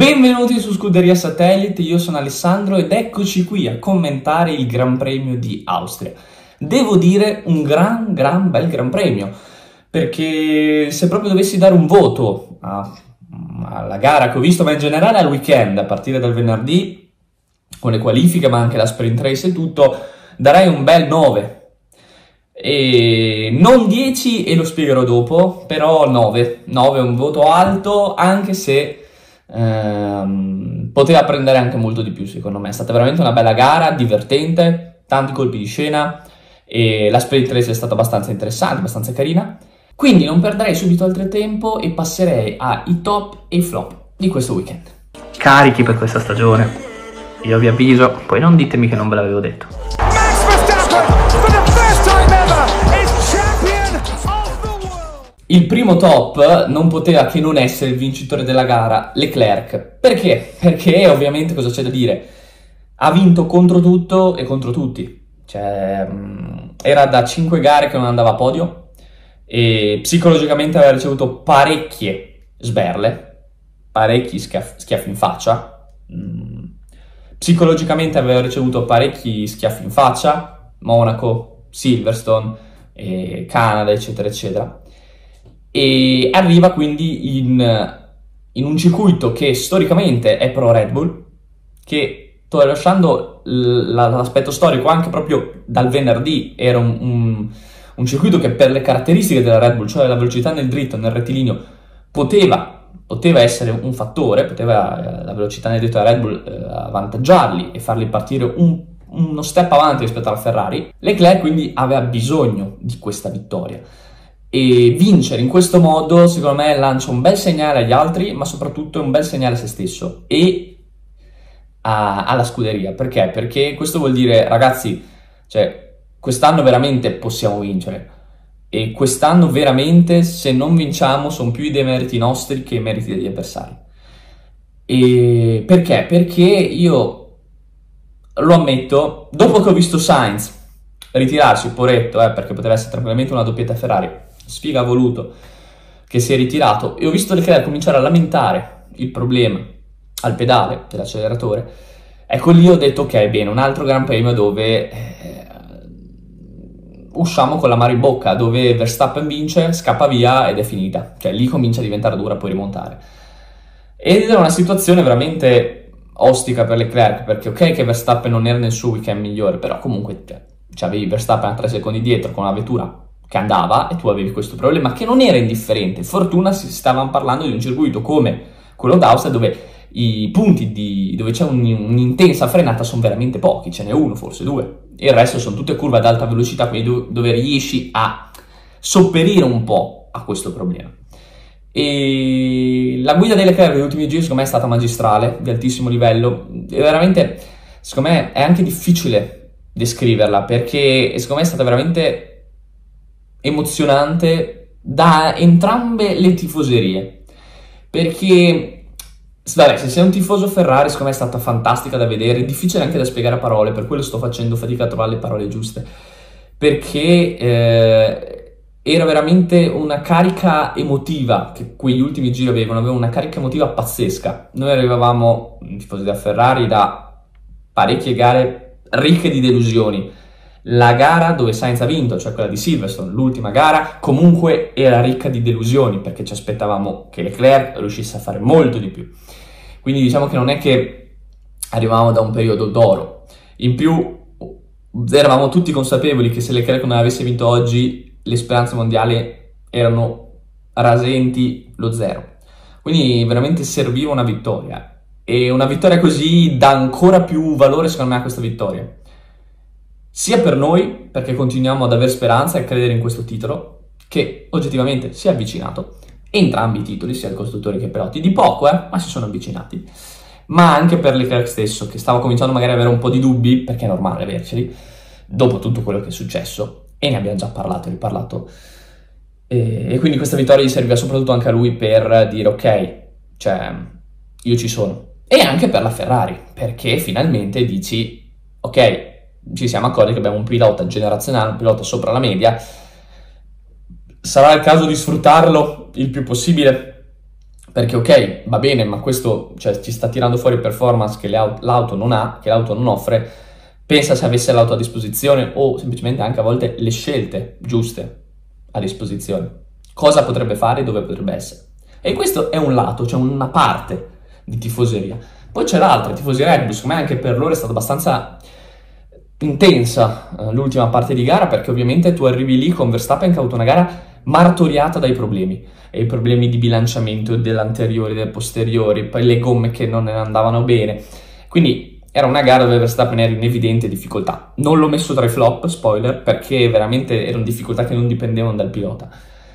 Benvenuti su Scuderia Satellite, io sono Alessandro ed eccoci qui a commentare il Gran Premio di Austria. Devo dire un bel Gran Premio, perché se proprio dovessi dare un voto alla gara che ho visto, ma in generale al weekend, a partire dal venerdì, con le qualifiche ma anche la sprint race e tutto, darei un bel 9. E non 10 e lo spiegherò dopo, però 9 è un voto alto, anche se poteva prendere anche molto di più. Secondo me è stata veramente una bella gara, divertente, tanti colpi di scena e la sprint race è stata abbastanza interessante, abbastanza carina. Quindi non perderei subito altro tempo e passerei ai top e i flop di questo weekend. Carichi per questa stagione, io vi avviso, poi non ditemi che non ve l'avevo detto. Il primo top non poteva che non essere il vincitore della gara, Leclerc. Perché? Perché ovviamente cosa c'è da dire? Ha vinto contro tutto e contro tutti. Cioè, era da 5 gare che non andava a podio e psicologicamente aveva ricevuto parecchie sberle, parecchi schiaffi in faccia. Psicologicamente aveva ricevuto parecchi schiaffi in faccia, Monaco, Silverstone, Canada, eccetera, eccetera. E arriva quindi in un circuito che storicamente è pro Red Bull, che lasciando l'aspetto storico anche proprio dal venerdì era un circuito che per le caratteristiche della Red Bull, cioè la velocità nel dritto, nel rettilineo, poteva essere un fattore, la velocità nel dritto della Red Bull avvantaggiarli e farli partire uno step avanti rispetto alla Ferrari. Leclerc quindi aveva bisogno di questa vittoria. E vincere in questo modo, secondo me, lancia un bel segnale agli altri, ma soprattutto è un bel segnale a se stesso e alla scuderia. Perché? Perché questo vuol dire, ragazzi, cioè, quest'anno veramente possiamo vincere. E quest'anno veramente, se non vinciamo, sono più i demeriti nostri che i meriti degli avversari. E perché? Perché io, lo ammetto, dopo che ho visto Sainz ritirarsi, poretto, perché poteva essere tranquillamente una doppietta Ferrari, sfiga ha voluto che si è ritirato, e ho visto Leclerc cominciare a lamentare il problema al pedale dell'acceleratore. Ecco, lì ho detto ok, bene, un altro Gran Premio dove usciamo con l'amaro in bocca, dove Verstappen vince, scappa via ed è finita. Cioè lì comincia a diventare dura poi rimontare, ed è una situazione veramente ostica per Leclerc, perché ok che Verstappen non era nel suo weekend migliore, però comunque avevi Verstappen a 3 secondi dietro con una vettura che andava e tu avevi questo problema che non era indifferente. Fortuna si stavano parlando di un circuito come quello d'Austria dove i punti dove c'è un'intensa frenata sono veramente pochi, ce n'è uno, forse due, e il resto sono tutte curve ad alta velocità, quindi dove riesci a sopperire un po' a questo problema. E la guida delle Leclerc negli ultimi giri secondo me è stata magistrale, di altissimo livello, e veramente secondo me è anche difficile descriverla, perché secondo me è stata veramente emozionante da entrambe le tifoserie, perché vabbè, se sei un tifoso Ferrari secondo me è stata fantastica da vedere, difficile anche da spiegare a parole, per quello sto facendo fatica a trovare le parole giuste, perché era veramente una carica emotiva che quegli ultimi giri avevano una carica emotiva pazzesca. Noi arrivavamo, tifosi da Ferrari, da parecchie gare ricche di delusioni. La gara dove Sainz ha vinto, cioè quella di Silverstone, l'ultima gara, comunque era ricca di delusioni, perché ci aspettavamo che Leclerc riuscisse a fare molto di più. Quindi diciamo che non è che arrivavamo da un periodo d'oro. In più eravamo tutti consapevoli che se Leclerc non avesse vinto oggi le speranze mondiali erano rasenti lo zero. Quindi veramente serviva una vittoria, e una vittoria così dà ancora più valore secondo me a questa vittoria, sia per noi, perché continuiamo ad avere speranza e credere in questo titolo, che oggettivamente si è avvicinato, entrambi i titoli, sia il costruttore che i piloti, di poco, ma si sono avvicinati, ma anche per Leclerc stesso, che stava cominciando magari ad avere un po' di dubbi, perché è normale averceli, dopo tutto quello che è successo, e ne abbiamo già parlato e riparlato, e quindi questa vittoria gli serviva soprattutto anche a lui per dire ok, cioè io ci sono, e anche per la Ferrari, perché finalmente dici ok, ci siamo accorti che abbiamo un pilota generazionale, un pilota sopra la media, sarà il caso di sfruttarlo il più possibile, perché ok, va bene, ma questo ci sta tirando fuori performance che l'auto non ha, che l'auto non offre. Pensa se avesse l'auto a disposizione o semplicemente anche a volte le scelte giuste a disposizione. Cosa potrebbe fare e dove potrebbe essere. E questo è un lato, cioè una parte di tifoseria. Poi c'è l'altra, tifoseria Red Bull, secondo me anche per loro è stata abbastanza intensa l'ultima parte di gara, perché ovviamente tu arrivi lì con Verstappen che ha avuto una gara martoriata dai problemi, e i problemi di bilanciamento dell'anteriore e del posteriore, poi le gomme che non ne andavano bene, quindi era una gara dove Verstappen era in evidente difficoltà. Non l'ho messo tra i flop, spoiler, perché veramente erano difficoltà che non dipendevano dal pilota,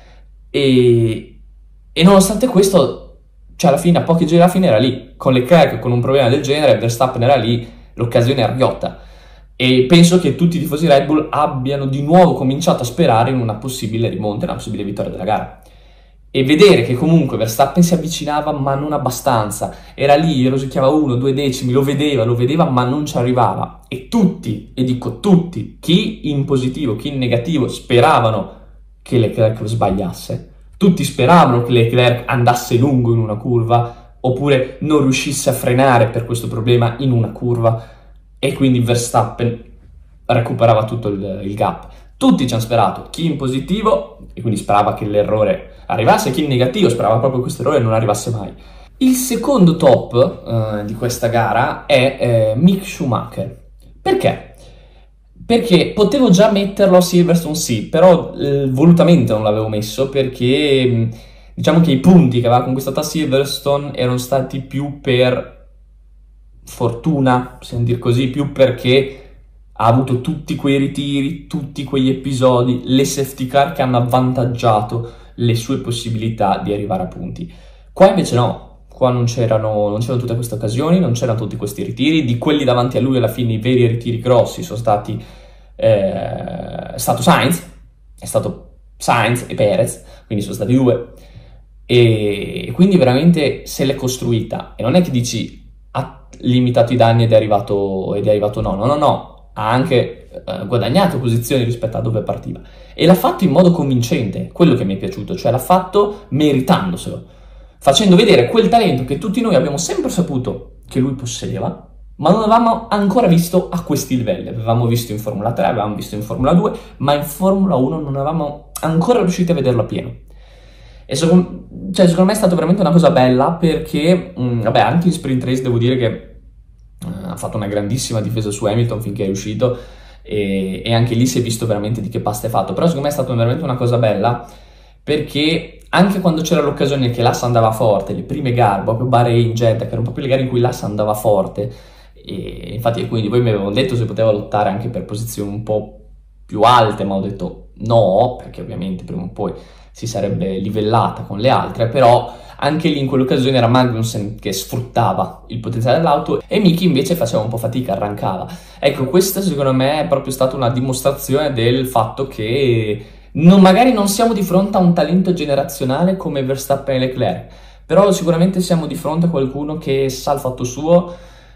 e nonostante questo, cioè alla fine, a pochi giri alla fine era lì, con Leclerc con un problema del genere, Verstappen era lì, l'occasione era ghiotta. E penso che tutti i tifosi Red Bull abbiano di nuovo cominciato a sperare in una possibile rimonta, una possibile vittoria della gara. E vedere che comunque Verstappen si avvicinava ma non abbastanza, era lì, rosicchiava 1-2 decimi, lo vedeva ma non ci arrivava. E tutti, e dico tutti, chi in positivo, chi in negativo, speravano che Leclerc sbagliasse. Tutti speravano che Leclerc andasse lungo in una curva, oppure non riuscisse a frenare per questo problema in una curva, e quindi Verstappen recuperava tutto il gap. Tutti ci hanno sperato, chi in positivo, e quindi sperava che l'errore arrivasse, chi in negativo sperava proprio che questo errore non arrivasse mai. Il secondo top di questa gara è Mick Schumacher. Perché? Perché potevo già metterlo a Silverstone, sì, però volutamente non l'avevo messo, perché diciamo che i punti che aveva conquistato a Silverstone erano stati più per fortuna, possiamo dire così, più perché ha avuto tutti quei ritiri, tutti quegli episodi, le safety car che hanno avvantaggiato le sue possibilità di arrivare a punti. Qua invece no, qua non c'erano tutte queste occasioni, non c'erano tutti questi ritiri. Di quelli davanti a lui alla fine i veri ritiri grossi sono stati è stato Sainz e Perez, quindi sono stati due, e quindi veramente se l'è costruita, e non è che dici ha limitato i danni ed è arrivato no, ha anche guadagnato posizioni rispetto a dove partiva, e l'ha fatto in modo convincente, quello che mi è piaciuto, cioè l'ha fatto meritandoselo, facendo vedere quel talento che tutti noi abbiamo sempre saputo che lui possedeva, ma non avevamo ancora visto a questi livelli. Avevamo visto in Formula 3, avevamo visto in Formula 2, ma in Formula 1 non avevamo ancora riusciti a vederlo a pieno. E secondo me è stata veramente una cosa bella, perché, vabbè, anche in sprint race devo dire che ha fatto una grandissima difesa su Hamilton finché è uscito, e anche lì si è visto veramente di che pasta è fatto. Però secondo me è stata veramente una cosa bella, perché anche quando c'era l'occasione che l'Haas andava forte, le prime gare, proprio Bahrain, Jeddah, che erano proprio le gare in cui l'Haas andava forte, e infatti quindi voi mi avevano detto se poteva lottare anche per posizioni un po' più alte, ma ho detto no, perché ovviamente prima o poi si sarebbe livellata con le altre. Però anche lì in quell'occasione era Magnussen che sfruttava il potenziale dell'auto e Miki invece faceva un po' fatica, arrancava. Ecco, questa secondo me è proprio stata una dimostrazione del fatto che magari non siamo di fronte a un talento generazionale come Verstappen e Leclerc, però sicuramente siamo di fronte a qualcuno che sa il fatto suo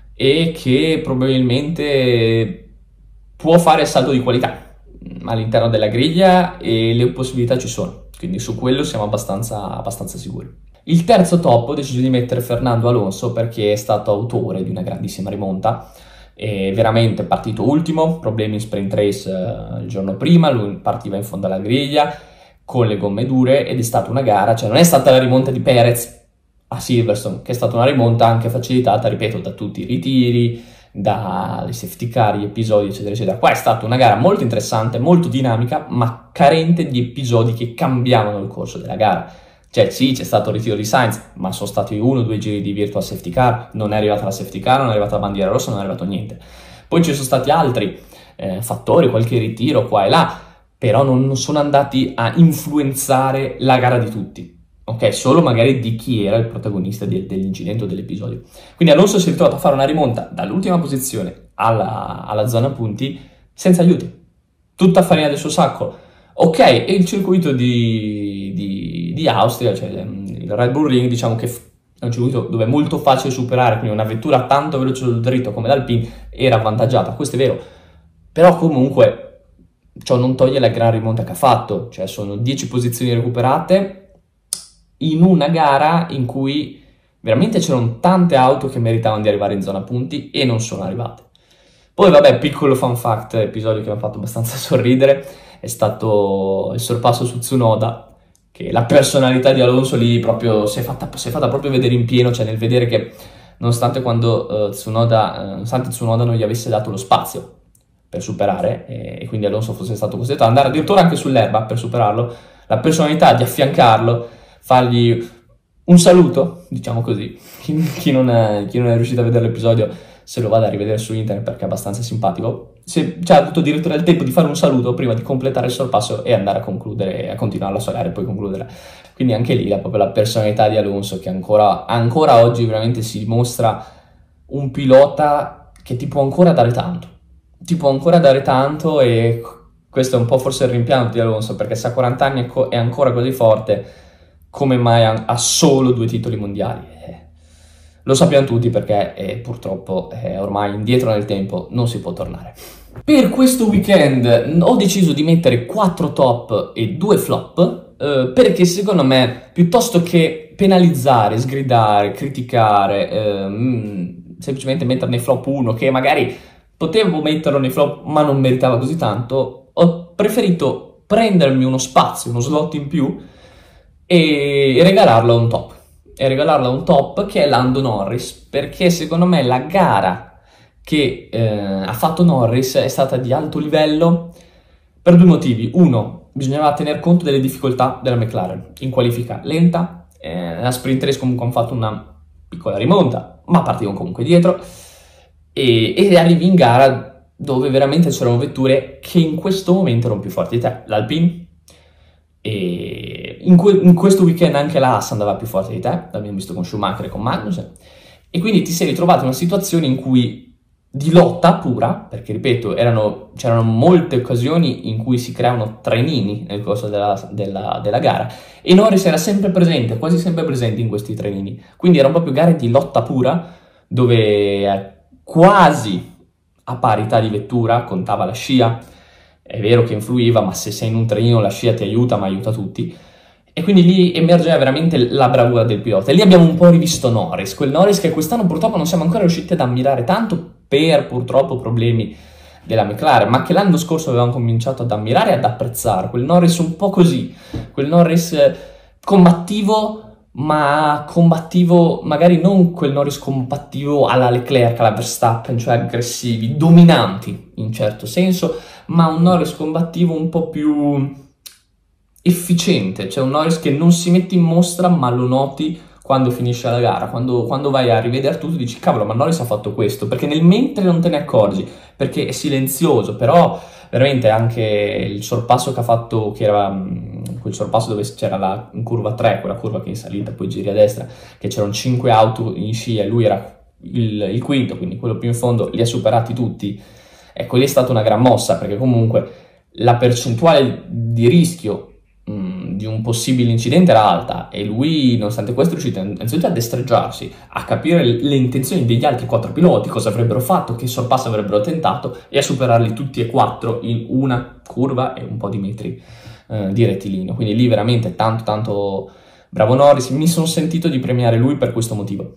e che probabilmente può fare il salto di qualità all'interno della griglia, e le possibilità ci sono, quindi su quello siamo abbastanza sicuri. Il terzo top ho deciso di mettere Fernando Alonso, perché è stato autore di una grandissima rimonta, è veramente partito ultimo, problemi in sprint race il giorno prima, lui partiva in fondo alla griglia con le gomme dure, ed è stata una gara, cioè non è stata la rimonta di Perez a Silverstone, che è stata una rimonta anche facilitata, ripeto, da tutti i ritiri, dalle safety car, gli episodi, eccetera, eccetera. Qua è stata una gara molto interessante, molto dinamica, ma carente di episodi che cambiavano il corso della gara. Cioè sì, c'è stato il ritiro di Sainz, ma sono stati 1 o 2 giri di virtual safety car, non è arrivata la safety car, non è arrivata la bandiera rossa, non è arrivato niente. Poi ci sono stati altri fattori, qualche ritiro qua e là, però non sono andati a influenzare la gara di tutti. Ok, solo magari di chi era il protagonista dell'incidente o dell'episodio. Quindi Alonso si è ritrovato a fare una rimonta dall'ultima posizione alla zona punti senza aiuti, tutta farina del suo sacco. Ok, e il circuito di Austria, cioè il Red Bull Ring, diciamo che è un circuito dove è molto facile superare, quindi una vettura tanto veloce sul dritto come l'Alpine era avvantaggiata, questo è vero, però comunque ciò non toglie la gran rimonta che ha fatto, cioè sono 10 posizioni recuperate, in una gara in cui veramente c'erano tante auto che meritavano di arrivare in zona punti e non sono arrivate. Poi vabbè, piccolo fun fact, episodio che mi ha fatto abbastanza sorridere, è stato il sorpasso su Tsunoda, che la personalità di Alonso lì proprio si è fatta proprio vedere in pieno, cioè nel vedere che nonostante Tsunoda non gli avesse dato lo spazio per superare, e quindi Alonso fosse stato costretto ad andare addirittura anche sull'erba per superarlo, la personalità di affiancarlo, fargli un saluto, diciamo così. Chi non è riuscito a vedere l'episodio se lo vada a rivedere su internet perché è abbastanza simpatico. Ha avuto addirittura il tempo di fare un saluto prima di completare il sorpasso e andare a concludere, a continuare la sua gara e poi concludere. Quindi anche lì proprio la personalità di Alonso, che ancora oggi veramente si dimostra un pilota che ti può ancora dare tanto. E questo è un po' forse il rimpianto di Alonso, perché se a 40 anni è ancora così forte, come mai ha solo 2 titoli mondiali? Lo sappiamo tutti perché purtroppo ormai indietro nel tempo non si può tornare. Per questo weekend ho deciso di mettere 4 top e 2 flop, perché secondo me, piuttosto che penalizzare, sgridare, criticare, semplicemente mettere nei flop uno che magari potevo metterlo nei flop ma non meritava così tanto, ho preferito prendermi uno spazio, uno slot in più e regalarlo a un top. Che è Lando Norris, perché secondo me la gara che ha fatto Norris è stata di alto livello per 2 motivi. Uno, bisognava tener conto delle difficoltà della McLaren in qualifica lenta, la sprint race comunque hanno fatto una piccola rimonta, ma partivano comunque dietro, e arrivi in gara dove veramente c'erano vetture che in questo momento erano più forti di te, l'Alpine, e in questo weekend anche la Haas andava più forte di te, l'abbiamo visto con Schumacher e con Magnussen, e quindi ti sei ritrovato in una situazione in cui di lotta pura, perché ripeto, c'erano molte occasioni in cui si creavano trenini nel corso della gara, e Norris era sempre presente, quasi sempre presente in questi trenini, quindi erano proprio gare di lotta pura, dove quasi a parità di vettura contava la scia. È vero che influiva, ma se sei in un trenino la scia ti aiuta, ma aiuta tutti. E quindi lì emergeva veramente la bravura del pilota. E lì abbiamo un po' rivisto Norris, quel Norris che quest'anno purtroppo non siamo ancora riusciti ad ammirare tanto per purtroppo problemi della McLaren, ma che l'anno scorso avevamo cominciato ad ammirare e ad apprezzare. Quel Norris un po' così, quel Norris combattivo, ma combattivo magari non quel Norris combattivo alla Leclerc, alla Verstappen, cioè aggressivi, dominanti in certo senso, ma un Norris combattivo un po' più efficiente, cioè un Norris che non si mette in mostra ma lo noti quando finisce la gara, quando vai a rivedere tutto dici cavolo, ma Norris ha fatto questo, perché nel mentre non te ne accorgi, perché è silenzioso, però veramente anche il sorpasso che ha fatto, che era quel sorpasso dove c'era in curva 3, quella curva che in salita poi giri a destra, che c'erano 5 auto in scia e lui era il quinto, quindi quello più in fondo, li ha superati tutti. Ecco, lì è stata una gran mossa, perché comunque la percentuale di rischio di un possibile incidente era alta, e lui, nonostante questo, è riuscito innanzitutto a destreggiarsi, a capire le intenzioni degli altri 4 piloti, cosa avrebbero fatto, che sorpasso avrebbero tentato, e a superarli tutti e 4 in una curva e un po' di metri di rettilineo. Quindi lì veramente tanto bravo Norris. Mi sono sentito di premiare lui per questo motivo,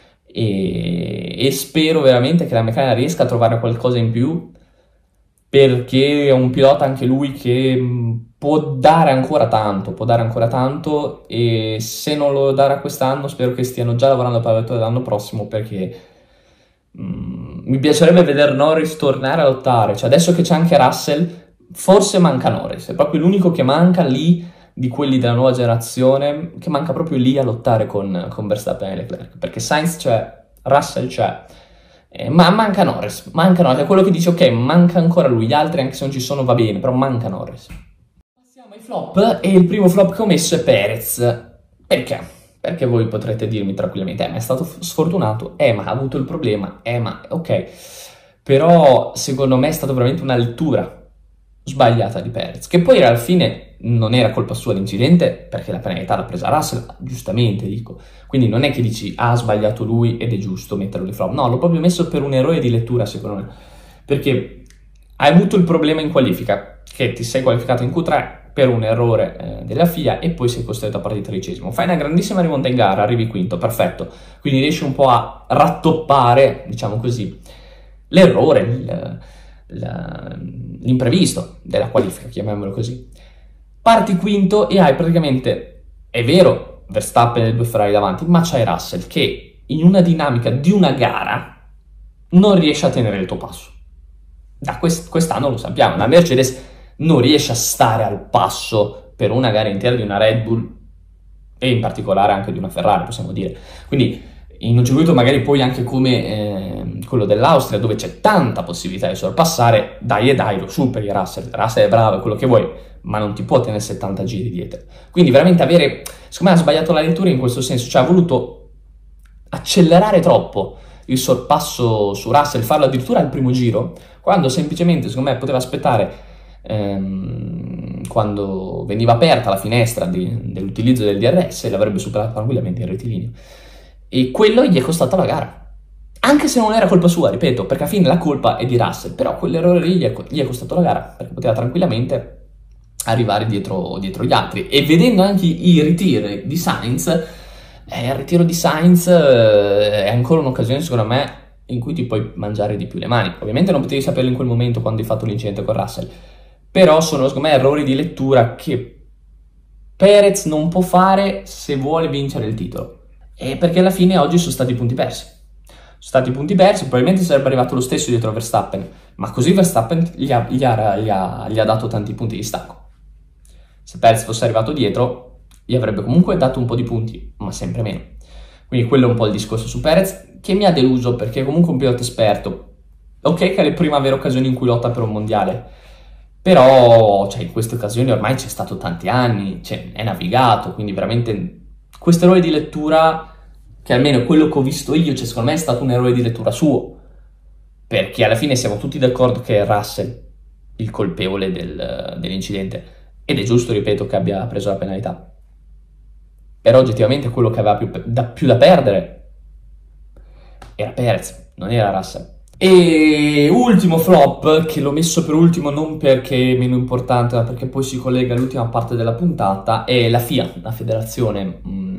e spero veramente che la McLaren riesca a trovare qualcosa in più, perché è un pilota anche lui che può dare ancora tanto, e se non lo darà quest'anno spero che stiano già lavorando per la vettura dell'anno prossimo, perché mi piacerebbe vedere Norris tornare a lottare. Cioè adesso che c'è anche Russell, forse manca Norris, è proprio l'unico che manca lì di quelli della nuova generazione, che manca proprio lì a lottare con Verstappen e Leclerc, perché Sainz c'è, Russell c'è, ma manca Norris, è quello che dice ok, manca ancora lui, gli altri anche se non ci sono va bene, però manca Norris. Passiamo ai flop, e il primo flop che ho messo è Perez. Perché? Perché voi potrete dirmi tranquillamente, ma è stato sfortunato, ma ha avuto il problema, ma ok, però secondo me è stata veramente una lettura sbagliata di Perez, che poi alla fine non era colpa sua l'incidente, perché la penalità l'ha presa Russell, giustamente dico, quindi non è che dici ha sbagliato lui ed è giusto metterlo di flop, no, l'ho proprio messo per un errore di lettura secondo me, perché hai avuto il problema in qualifica, che ti sei qualificato in Q3, per un errore della FIA e poi sei costretto a partire 13°. Fai una grandissima rimonta in gara, arrivi quinto, perfetto. Quindi riesci un po' a rattoppare, diciamo così, l'errore, l'imprevisto della qualifica, chiamiamolo così. Parti quinto e hai praticamente, è vero, Verstappen e 2 Ferrari davanti, ma c'hai Russell che in una dinamica di una gara non riesce a tenere il tuo passo. Da quest'anno lo sappiamo, la Mercedes non riesce a stare al passo per una gara intera di una Red Bull e in particolare anche di una Ferrari, possiamo dire. Quindi in un circuito magari poi anche come quello dell'Austria, dove c'è tanta possibilità di sorpassare, dai lo superi Russell è bravo, è quello che vuoi, ma non ti può tenere 70 giri dietro. Quindi veramente secondo me ha sbagliato la lettura in questo senso, cioè ha voluto accelerare troppo il sorpasso su Russell, farlo addirittura al primo giro, quando semplicemente, secondo me, poteva aspettare quando veniva aperta la finestra dell'utilizzo del DRS e l'avrebbe superato tranquillamente in rettilineo. E quello gli è costato la gara. Anche se non era colpa sua, ripeto, perché alla fine la colpa è di Russell, però quell'errore lì gli è costato la gara, perché poteva tranquillamente arrivare dietro gli altri. E vedendo anche i ritiri di Sainz, il ritiro di Sainz è ancora un'occasione, secondo me, in cui ti puoi mangiare di più le mani. Ovviamente non potevi saperlo in quel momento quando hai fatto l'incidente con Russell, però sono, secondo me, errori di lettura che Perez non può fare se vuole vincere il titolo. E perché alla fine oggi sono stati punti persi. Sono stati punti persi, probabilmente sarebbe arrivato lo stesso dietro Verstappen, ma così Verstappen gli ha dato tanti punti di stacco. Se Perez fosse arrivato dietro, gli avrebbe comunque dato un po' di punti, ma sempre meno. Quindi quello è un po' il discorso su Perez, che mi ha deluso perché è comunque un pilota esperto. Ok che è le prime vere occasioni in cui lotta per un mondiale, però in queste occasioni ormai c'è stato tanti anni, è navigato, quindi veramente questo errore di lettura, che almeno è quello che ho visto io, secondo me è stato un errore di lettura suo, perché alla fine siamo tutti d'accordo che è Russell il colpevole dell'incidente, ed è giusto, ripeto, che abbia preso la penalità. Però oggettivamente quello che aveva più da perdere era Perez, non era Russell. E ultimo flop, che l'ho messo per ultimo non perché è meno importante, ma perché poi si collega all'ultima parte della puntata, è la FIA, la federazione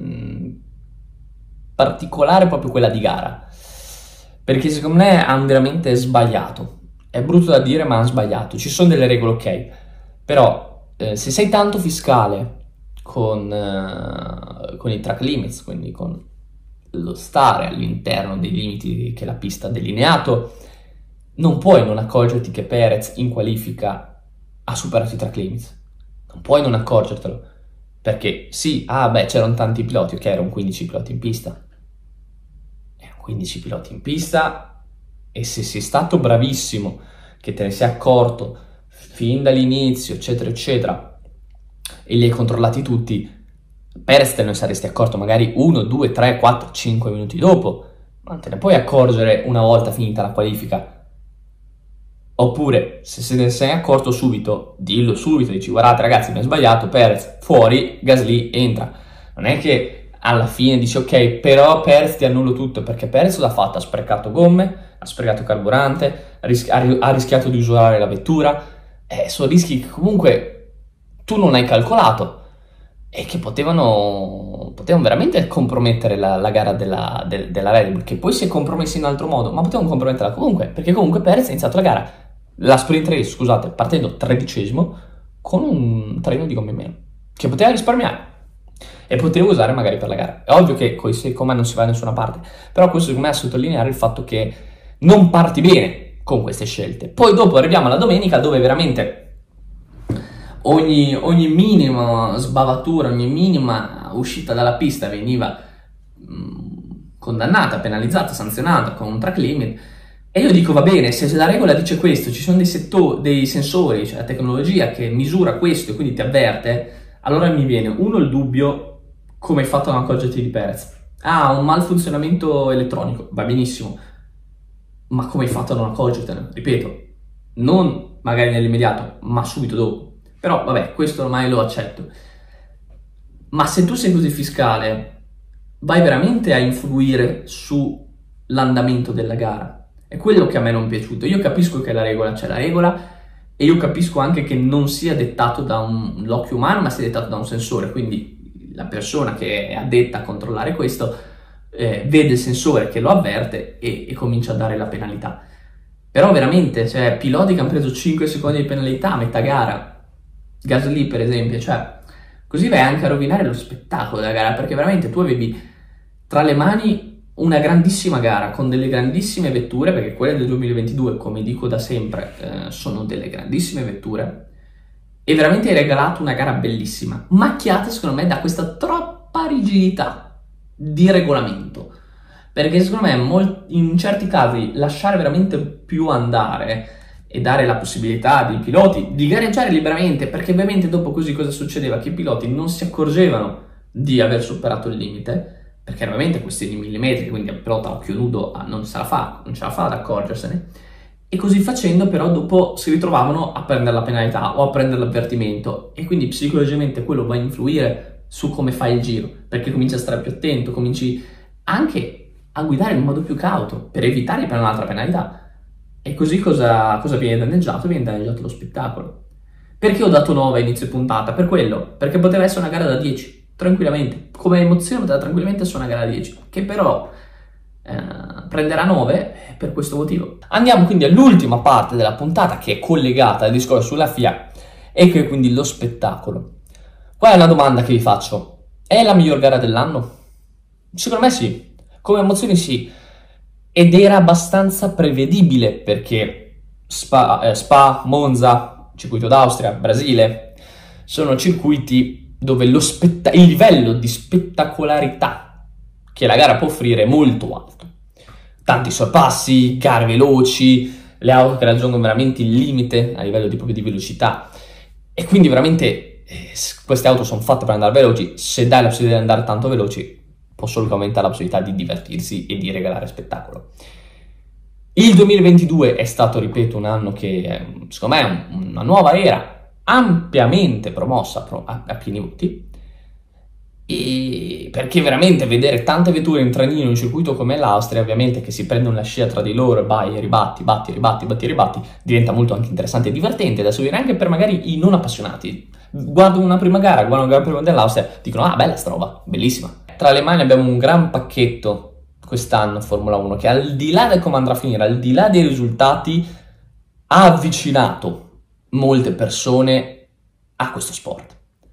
particolare, proprio quella di gara. Perché secondo me hanno veramente sbagliato. È brutto da dire, ma hanno sbagliato. Ci sono delle regole, ok, però se sei tanto fiscale con i track limits, quindi con lo stare all'interno dei limiti che la pista ha delineato, non puoi non accorgerti che Perez in qualifica ha superato i track limits. Non puoi non accorgertelo, perché sì, c'erano tanti piloti, ok, erano 15 piloti in pista. Erano 15 piloti in pista, e se sei stato bravissimo, che te ne sei accorto fin dall'inizio, eccetera, eccetera, e li hai controllati tutti, Perez te ne saresti accorto magari 1, 2, 3, 4, 5 minuti dopo, ma te ne puoi accorgere una volta finita la qualifica. Oppure, se ne sei accorto subito, dillo subito, dici guardate ragazzi, mi ho sbagliato, Perez fuori, Gasly entra. Non è che alla fine dici ok, però Perez ti annullo tutto, perché Perez l'ha fatto, ha sprecato gomme, ha sprecato carburante, ha rischiato di usurare la vettura, sono rischi che comunque tu non hai calcolato e che potevano veramente compromettere la gara della Red Bull, che poi si è compromessa in altro modo, ma potevano comprometterla comunque, perché comunque Perez ha iniziato la gara, la sprint race, scusate, partendo 13° con un treno di gomme in meno, che poteva risparmiare e poteva usare magari per la gara. È ovvio che con i 6 non si va da nessuna parte, però questo secondo me è a sottolineare il fatto che non parti bene con queste scelte. Poi dopo arriviamo alla domenica, dove veramente ogni minima sbavatura, ogni minima uscita dalla pista veniva condannata, penalizzata, sanzionata con un track limit. E io dico va bene, se la regola dice questo, ci sono dei sensori, cioè la tecnologia che misura questo e quindi ti avverte, allora mi viene il dubbio: come hai fatto a non accorgerti di Perez? Un malfunzionamento elettronico, va benissimo, ma come hai fatto a non accorgertene? Ripeto, non magari nell'immediato, ma subito dopo. Però vabbè, questo ormai lo accetto. Ma se tu sei così fiscale, vai veramente a influire sull'andamento della gara? È quello che a me non è piaciuto. Io capisco che la regola c'è la regola, e io capisco anche che non sia dettato da l'occhio umano, ma sia dettato da un sensore, quindi la persona che è addetta a controllare questo vede il sensore che lo avverte e comincia a dare la penalità. Però veramente, cioè, piloti che hanno preso 5 secondi di penalità a metà gara, Gasly per esempio, cioè, così vai anche a rovinare lo spettacolo della gara, perché veramente tu avevi tra le mani una grandissima gara con delle grandissime vetture, perché quelle del 2022, come dico da sempre, sono delle grandissime vetture, e veramente hai regalato una gara bellissima, macchiata secondo me da questa troppa rigidità di regolamento, perché secondo me in certi casi lasciare veramente più andare e dare la possibilità ai piloti di gareggiare liberamente, perché ovviamente dopo così cosa succedeva? Che i piloti non si accorgevano di aver superato il limite, perché ovviamente questi millimetri, quindi il pilota a occhio nudo non ce la fa ad accorgersene, e così facendo però dopo si ritrovavano a prendere la penalità o a prendere l'avvertimento, e quindi psicologicamente quello va a influire su come fai il giro, perché cominci a stare più attento, cominci anche a guidare in modo più cauto per evitare di prendere un'altra penalità. E così cosa viene danneggiato? Viene danneggiato lo spettacolo. Perché ho dato 9 a inizio puntata? Per quello, perché poteva essere una gara da 10, tranquillamente. Come emozione poteva tranquillamente essere una gara da 10, che però prenderà 9 per questo motivo. Andiamo quindi all'ultima parte della puntata, che è collegata al discorso sulla FIA, e che è quindi lo spettacolo. Qua è una domanda che vi faccio: è la miglior gara dell'anno? Secondo me sì, come emozioni sì, ed era abbastanza prevedibile, perché Spa, Monza, circuito d'Austria, Brasile, sono circuiti dove il livello di spettacolarità che la gara può offrire è molto alto. Tanti sorpassi, gare veloci, le auto che raggiungono veramente il limite a livello proprio di velocità, e quindi veramente queste auto sono fatte per andare veloci. Se dai la possibilità di andare tanto veloci, può solo aumentare la possibilità di divertirsi e di regalare spettacolo. Il 2022 è stato, ripeto, un anno che secondo me è una nuova era, ampiamente promossa a pieni voti, e perché veramente vedere tante vetture in trenino in un circuito come l'Austria, ovviamente, che si prendono la scia tra di loro e vai e ribatti, diventa molto anche interessante e divertente da seguire anche per magari i non appassionati. Guardano una prima gara, guardano la Gran Premio dell'Austria, dicono: ah, bella sta roba, bellissima. Tra le mani abbiamo un gran pacchetto quest'anno Formula 1 che, al di là di come andrà a finire, al di là dei risultati, ha avvicinato molte persone a questo sport.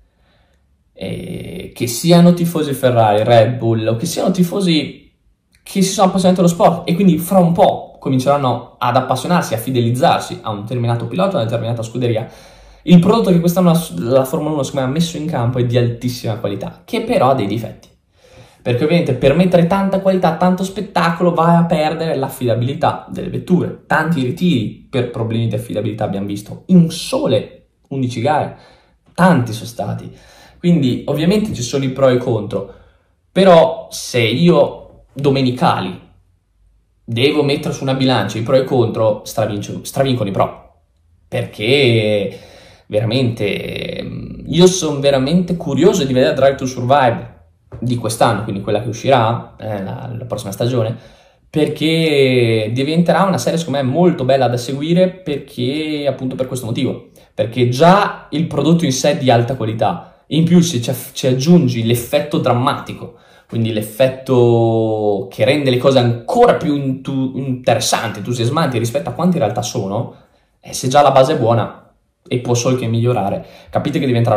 Che siano tifosi Ferrari, Red Bull, o che siano tifosi che si sono appassionati allo sport e quindi fra un po' cominceranno ad appassionarsi, a fidelizzarsi a un determinato pilota, a una determinata scuderia. Il prodotto che quest'anno la Formula 1 secondo me ha messo in campo è di altissima qualità, che però ha dei difetti. Perché ovviamente per mettere tanta qualità, tanto spettacolo, vai a perdere l'affidabilità delle vetture. Tanti ritiri per problemi di affidabilità abbiamo visto in sole 11 gare, tanti sono stati. Quindi ovviamente ci sono i pro e i contro, però se io domenicali devo mettere su una bilancia i pro e i contro, stravincono i pro. Perché veramente io sono veramente curioso di vedere Drive to Survive di quest'anno, quindi quella che uscirà la prossima stagione, perché diventerà una serie secondo me molto bella da seguire, perché appunto per questo motivo, perché già il prodotto in sé è di alta qualità, in più se ci aggiungi l'effetto drammatico, quindi l'effetto che rende le cose ancora più interessanti, entusiasmanti rispetto a quante in realtà sono, se già la base è buona e può solo che migliorare, capite che diventerà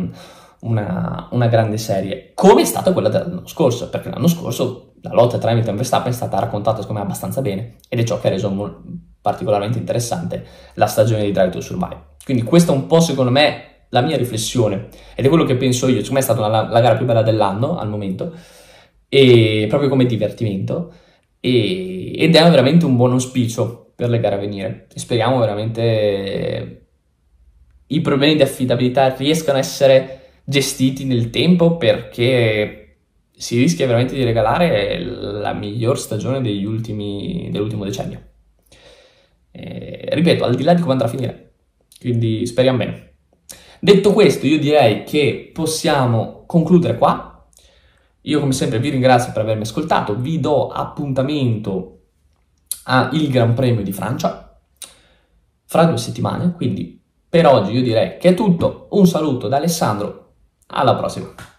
una grande serie, come è stata quella dell'anno scorso, perché l'anno scorso la lotta tra Hamilton e Verstappen è stata raccontata secondo me abbastanza bene, ed è ciò che ha reso particolarmente interessante la stagione di Drive to Survive. Quindi questa è un po' secondo me la mia riflessione, ed è quello che penso io. Secondo me è stata la gara più bella dell'anno al momento, e proprio come divertimento, ed è veramente un buon auspicio per le gare a venire, e speriamo veramente i problemi di affidabilità riescano a essere gestiti nel tempo, perché si rischia veramente di regalare la miglior stagione dell'ultimo decennio. Ripeto, al di là di come andrà a finire, quindi speriamo bene. Detto questo, io direi che possiamo concludere qua. Io come sempre vi ringrazio per avermi ascoltato, vi do appuntamento al Gran Premio di Francia. fra 2 settimane, quindi per oggi io direi che è tutto, un saluto da Alessandro, alla prossima!